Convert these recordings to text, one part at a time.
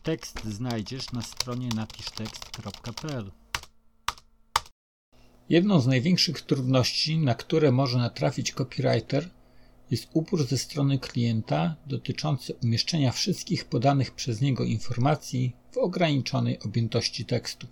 Tekst znajdziesz na stronie napisztekst.pl. Jedną z największych trudności, na które może natrafić copywriter, jest upór ze strony klienta dotyczący umieszczenia wszystkich podanych przez niego informacji w ograniczonej objętości tekstu.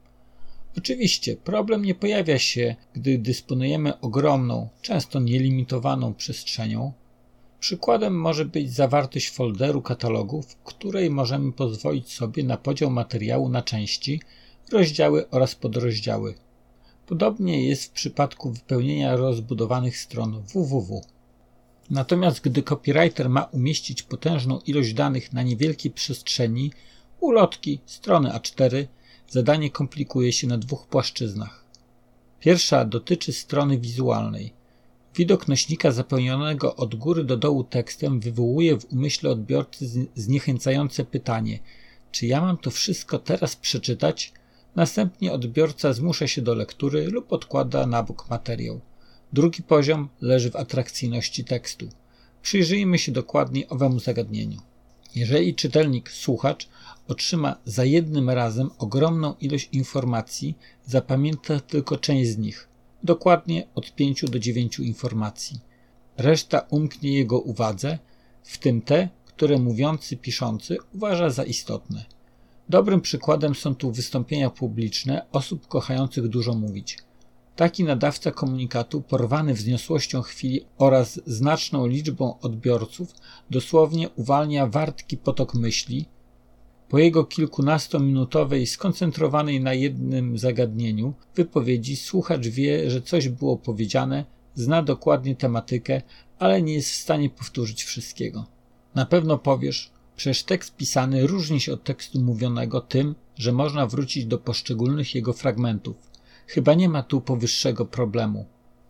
Oczywiście problem nie pojawia się, gdy dysponujemy ogromną, często nielimitowaną przestrzenią. Przykładem może być zawartość folderu katalogu, w której możemy pozwolić sobie na podział materiału na części, rozdziały oraz podrozdziały. Podobnie jest w przypadku wypełnienia rozbudowanych stron www. Natomiast gdy copywriter ma umieścić potężną ilość danych na niewielkiej przestrzeni, ulotki, strony A4, zadanie komplikuje się na dwóch płaszczyznach. Pierwsza dotyczy strony wizualnej. Widok nośnika zapełnionego od góry do dołu tekstem wywołuje w umyśle odbiorcy zniechęcające pytanie: czy ja mam to wszystko teraz przeczytać? Następnie odbiorca zmusza się do lektury lub odkłada na bok materiał. Drugi poziom leży w atrakcyjności tekstu. Przyjrzyjmy się dokładniej owemu zagadnieniu. Jeżeli czytelnik, słuchacz otrzyma za jednym razem ogromną ilość informacji, zapamięta tylko część z nich, dokładnie od 5 do 9 informacji. Reszta umknie jego uwadze, w tym te, które mówiący, piszący uważa za istotne. Dobrym przykładem są tu wystąpienia publiczne osób kochających dużo mówić. Taki nadawca komunikatu, porwany wzniosłością chwili oraz znaczną liczbą odbiorców, dosłownie uwalnia wartki potok myśli. Po jego kilkunastominutowej, skoncentrowanej na jednym zagadnieniu wypowiedzi słuchacz wie, że coś było powiedziane, zna dokładnie tematykę, ale nie jest w stanie powtórzyć wszystkiego. Na pewno powiesz: przecież tekst pisany różni się od tekstu mówionego tym, że można wrócić do poszczególnych jego fragmentów. Chyba nie ma tu powyższego problemu.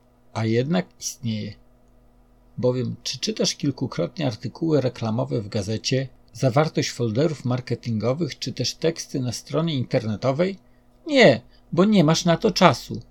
A jednak istnieje. Bowiem, czy czytasz kilkukrotnie artykuły reklamowe w gazecie, zawartość folderów marketingowych, czy też teksty na stronie internetowej? Nie, bo nie masz na to czasu.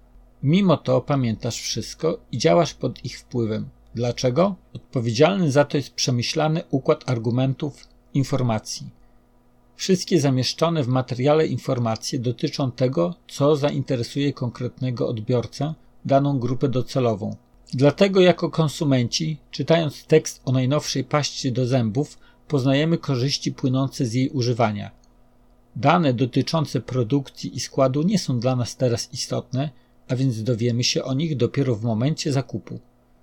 Mimo to pamiętasz wszystko i działasz pod ich wpływem. Dlaczego? Odpowiedzialny za to jest przemyślany układ argumentów, informacji. Wszystkie zamieszczone w materiale informacje dotyczą tego, co zainteresuje konkretnego odbiorcę, daną grupę docelową. Dlatego jako konsumenci, czytając tekst o najnowszej paście do zębów, poznajemy korzyści płynące z jej używania. Dane dotyczące produkcji i składu nie są dla nas teraz istotne, a więc dowiemy się o nich dopiero w momencie zakupu.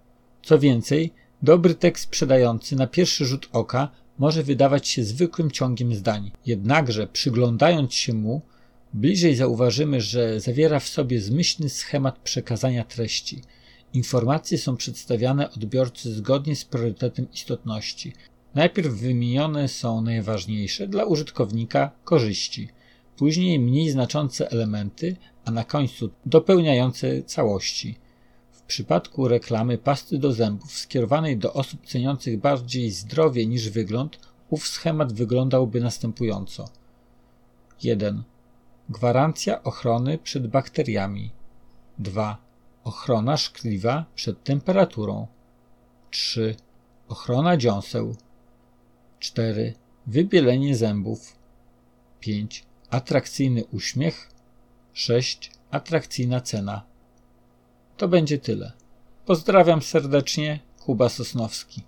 Co więcej, dobry tekst sprzedający na pierwszy rzut oka może wydawać się zwykłym ciągiem zdań. Jednakże, przyglądając się mu, bliżej zauważymy, że zawiera w sobie zmyślny schemat przekazania treści. Informacje są przedstawiane odbiorcy zgodnie z priorytetem istotności. Najpierw wymienione są najważniejsze dla użytkownika korzyści, później mniej znaczące elementy, a na końcu dopełniające całości. W przypadku reklamy pasty do zębów skierowanej do osób ceniących bardziej zdrowie niż wygląd, ów schemat wyglądałby następująco. 1. Gwarancja ochrony przed bakteriami. 2. Ochrona szkliwa przed temperaturą. 3. Ochrona dziąseł. 4. Wybielenie zębów. 5. Atrakcyjny uśmiech. 6. Atrakcyjna cena. To będzie tyle. Pozdrawiam serdecznie, Kuba Sosnowski.